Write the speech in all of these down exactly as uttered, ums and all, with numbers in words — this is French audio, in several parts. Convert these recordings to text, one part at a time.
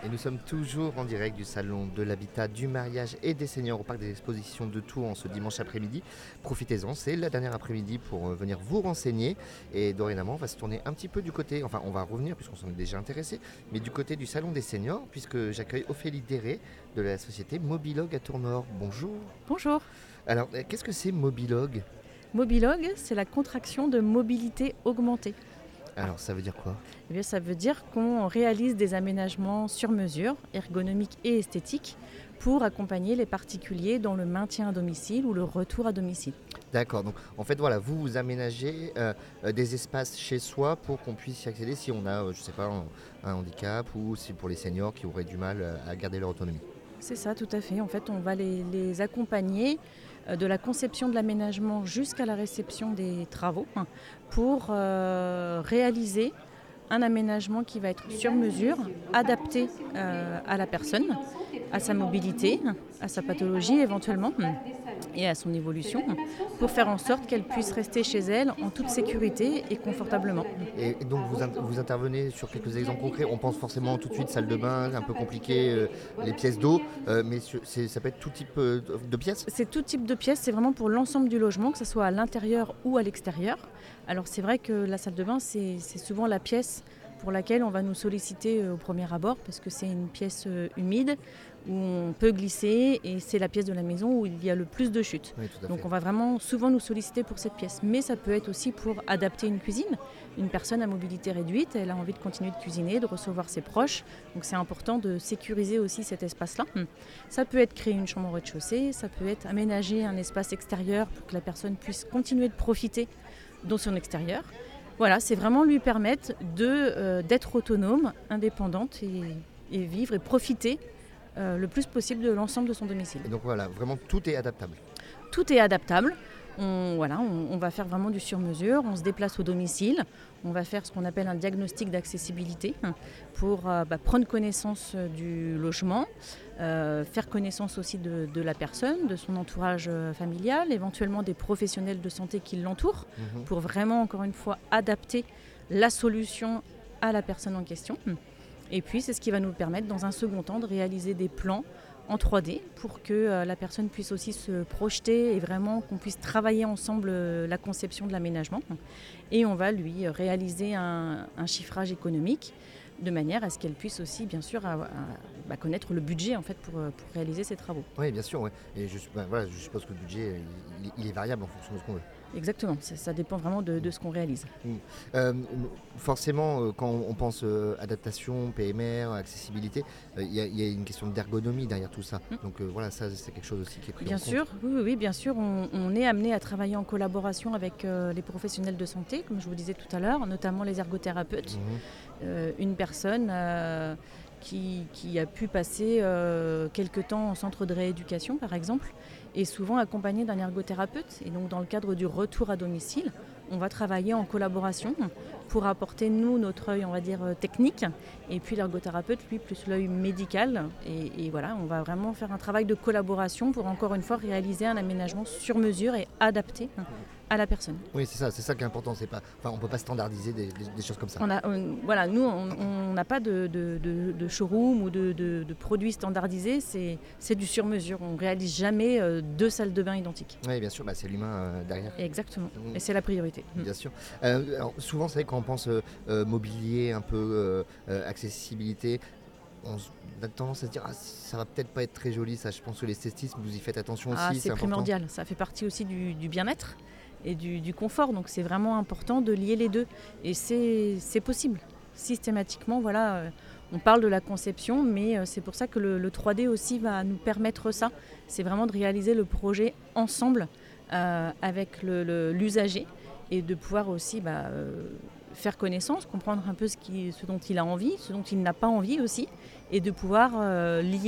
nous sommes toujours en direct du salon de l'habitat, du mariage et des seniors au parc des expositions de Tours en ce dimanche après-midi. Profitez-en, c'est la dernière après-midi pour euh, venir vous renseigner. Et dorénavant, on va se tourner un petit peu du côté, enfin on va revenir puisqu'on s'en est déjà intéressé, mais du côté du salon des seniors, puisque j'accueille Ophélie Déré de la société Mobilog à Tournord. Bonjour. Bonjour. Alors, euh, qu'est-ce que c'est Mobilog ? Mobilog, c'est la contraction de mobilité augmentée. Alors, ça veut dire quoi ? Eh bien, ça veut dire qu'on réalise des aménagements sur mesure, ergonomiques et esthétiques, pour accompagner les particuliers dans le maintien à domicile ou le retour à domicile. D'accord, donc en fait voilà, vous vous aménagez euh, euh, des espaces chez soi pour qu'on puisse y accéder si on a, euh, je sais pas, un, un handicap ou si pour les seniors qui auraient du mal euh, à garder leur autonomie. C'est ça, tout à fait. En fait, on va les, les accompagner euh, de la conception de l'aménagement jusqu'à la réception des travaux hein, pour euh, réaliser un aménagement qui va être sur mesure, adapté euh, à la personne, à sa mobilité, à sa pathologie éventuellement et à son évolution, pour faire en sorte qu'elle puisse rester chez elle en toute sécurité et confortablement. Et, et donc vous, in- vous intervenez sur quelques exemples concrets, on pense forcément tout de suite salle de bain, un peu compliqué, euh, les pièces d'eau, euh, mais sur- c'est- ça peut être tout type euh, de de pièces ? C'est tout type de pièces, c'est vraiment pour l'ensemble du logement, que ce soit à l'intérieur ou à l'extérieur. Alors c'est vrai que la salle de bain, c'est, c'est souvent la pièce pour laquelle on va nous solliciter euh, au premier abord, parce que c'est une pièce euh, humide, où on peut glisser, et c'est la pièce de la maison où il y a le plus de chutes. Oui, tout à Donc fait. on va vraiment souvent nous solliciter pour cette pièce. Mais ça peut être aussi pour adapter une cuisine. Une personne à mobilité réduite, elle a envie de continuer de cuisiner, de recevoir ses proches. Donc c'est important de sécuriser aussi cet espace-là. Ça peut être créer une chambre au rez-de-chaussée, ça peut être aménager un espace extérieur pour que la personne puisse continuer de profiter dans son extérieur. Voilà, c'est vraiment lui permettre de, euh, d'être autonome, indépendante et, et vivre et profiter euh, le plus possible de l'ensemble de son domicile. Et donc voilà, vraiment tout est adaptable. Tout est adaptable. On, voilà, on, on va faire vraiment du sur-mesure, on se déplace au domicile, on va faire ce qu'on appelle un diagnostic d'accessibilité hein, pour euh, bah, prendre connaissance euh, du logement, euh, faire connaissance aussi de, de la personne, de son entourage euh, familial, éventuellement des professionnels de santé qui l'entourent, Mhm. pour vraiment, encore une fois, adapter la solution à la personne en question. Et puis, c'est ce qui va nous permettre, dans un second temps, de réaliser des plans en trois D pour que euh, la personne puisse aussi se projeter et vraiment qu'on puisse travailler ensemble euh, la conception de l'aménagement. Et on va lui euh, réaliser un, un chiffrage économique de manière à ce qu'elle puisse aussi, bien sûr, à, à, bah, connaître le budget en fait, pour, euh, pour réaliser ses travaux. Oui, bien sûr, ouais. Et je, ben, voilà, je suppose que le budget, euh, il, il est variable en fonction de ce qu'on veut. Exactement, ça, ça dépend vraiment de, de ce qu'on réalise. Mm. Euh, forcément, euh, quand on pense euh, adaptation, P M R, accessibilité, il euh, y, y a une question d'ergonomie derrière tout ça. Mm. Donc euh, voilà, ça c'est quelque chose aussi qui est pris Bien en sûr, compte. oui, oui, oui, bien sûr, on, on est amené à travailler en collaboration avec euh, les professionnels de santé, comme je vous disais tout à l'heure, notamment les ergothérapeutes. Mhm. Euh, une personne euh, qui, qui a pu passer euh, quelque temps en centre de rééducation, par exemple, est souvent accompagnée d'un ergothérapeute. Et donc, dans le cadre du retour à domicile, on va travailler en collaboration pour apporter, nous, notre œil, on va dire, technique, et puis l'ergothérapeute, lui, plus l'œil médical. Et, et voilà, on va vraiment faire un travail de collaboration pour, encore une fois, réaliser un aménagement sur mesure et adapté à la personne. Oui, c'est ça, c'est ça qui est important. C'est pas, enfin, on ne peut pas standardiser des, des- des choses comme ça. On a, on- voilà, nous, on n'a pas de, de, de, de showroom ou de, de, de produits standardisés, c'est, c'est du sur-mesure. On ne réalise jamais euh, deux salles de bain identiques. Oui, bien sûr, bah, c'est l'humain euh, derrière. Exactement, Mm. et c'est la priorité. Bien sûr. Euh, alors, souvent, c'est vrai, quand on pense euh, euh, mobilier, un peu euh, euh, accessibilité, on s- a tendance à se dire ah, ça va peut-être pas être très joli. Ça, je pense que l'esthétisme, vous y faites attention Ah, aussi. c'est important. primordial, ça fait partie aussi du, du bien-être et du, du confort, donc c'est vraiment important de lier les deux. Et c'est, c'est possible, systématiquement, voilà. euh, On parle de la conception, mais euh, c'est pour ça que le, le trois D aussi va nous permettre ça. C'est vraiment de réaliser le projet ensemble euh, avec le, le- l'usager et de pouvoir aussi bah, euh, faire connaissance, comprendre un peu ce, qui, ce dont il a envie, ce dont il n'a pas envie aussi, et de pouvoir euh, lier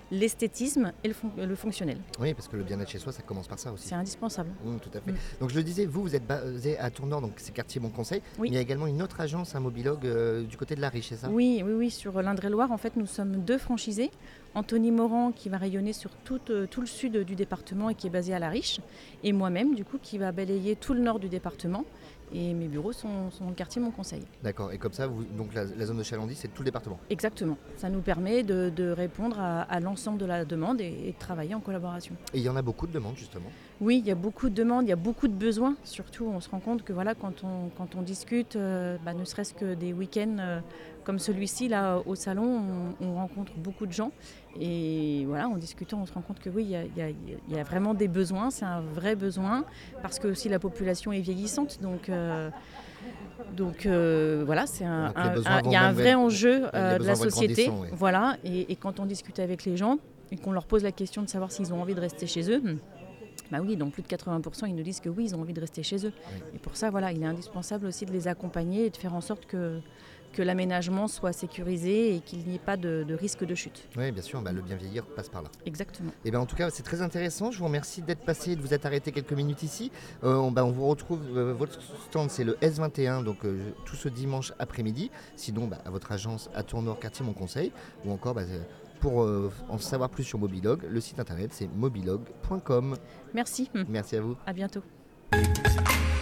l'esthétisme et le, fon- le fonctionnel. Oui, parce que le bien-être chez soi, ça commence par ça aussi. C'est indispensable. Mmh, tout à fait. Mm. Donc je le disais, vous, vous êtes basé à Tournord, donc c'est quartier Bon Conseil. Oui. Mais il y a également une autre agence, un mobilogue euh, du côté de la Riche, c'est ça? Oui, oui, oui, sur l'Indre-et-Loire, en fait, nous sommes deux franchisés. Anthony Morand, qui va rayonner sur tout, euh, tout le sud du département et qui est basé à La Riche, et moi-même, du coup, qui va balayer tout le nord du département. Et mes bureaux sont, sont dans le quartier Mon-Conseil. D'accord. Et comme ça, vous, donc la, la zone de Chalandie, c'est tout le département. Exactement. Ça nous permet de, de répondre à, à l'ensemble de la demande et, et de travailler en collaboration. Et il y en a beaucoup de demandes, justement. Oui, il y a beaucoup de demandes, il y a beaucoup de besoins. Surtout, on se rend compte que voilà, quand on, quand on discute, euh, bah, ne serait-ce que des week-ends euh, comme celui-ci, là, au salon, on, on rencontre beaucoup de gens. Et voilà, en discutant, on se rend compte que oui, il y a, il y a, il y a vraiment des besoins. C'est un vrai besoin parce que aussi la population est vieillissante. Donc, euh, donc euh, voilà, c'est un, Donc, les un- besoins un- vont il y a un même vrai être- enjeu les euh, de besoins la vont être société. grandissants, ouais. Voilà, et, et quand on discute avec les gens et qu'on leur pose la question de savoir s'ils ont envie de rester chez eux. Bah oui, dans plus de quatre-vingts pour cent, ils nous disent que oui, ils ont envie de rester chez eux. Oui. Et pour ça, voilà, il est indispensable aussi de les accompagner et de faire en sorte que, que l'aménagement soit sécurisé et qu'il n'y ait pas de, de risque de chute. Oui, bien sûr, bah, le bien vieillir passe par là. Exactement. Et ben en tout cas, c'est très intéressant. Je vous remercie d'être passé, de vous être arrêté quelques minutes ici. Euh, on, bah, on vous retrouve, euh, votre stand, c'est le S vingt et un, donc euh, tout ce dimanche après-midi. Sinon, bah, à votre agence à Tournord, quartier Mon Conseil, ou encore bah, euh, pour euh, en savoir plus sur Mobilog, le site internet c'est mobilog point com. Merci. Merci à vous. À bientôt.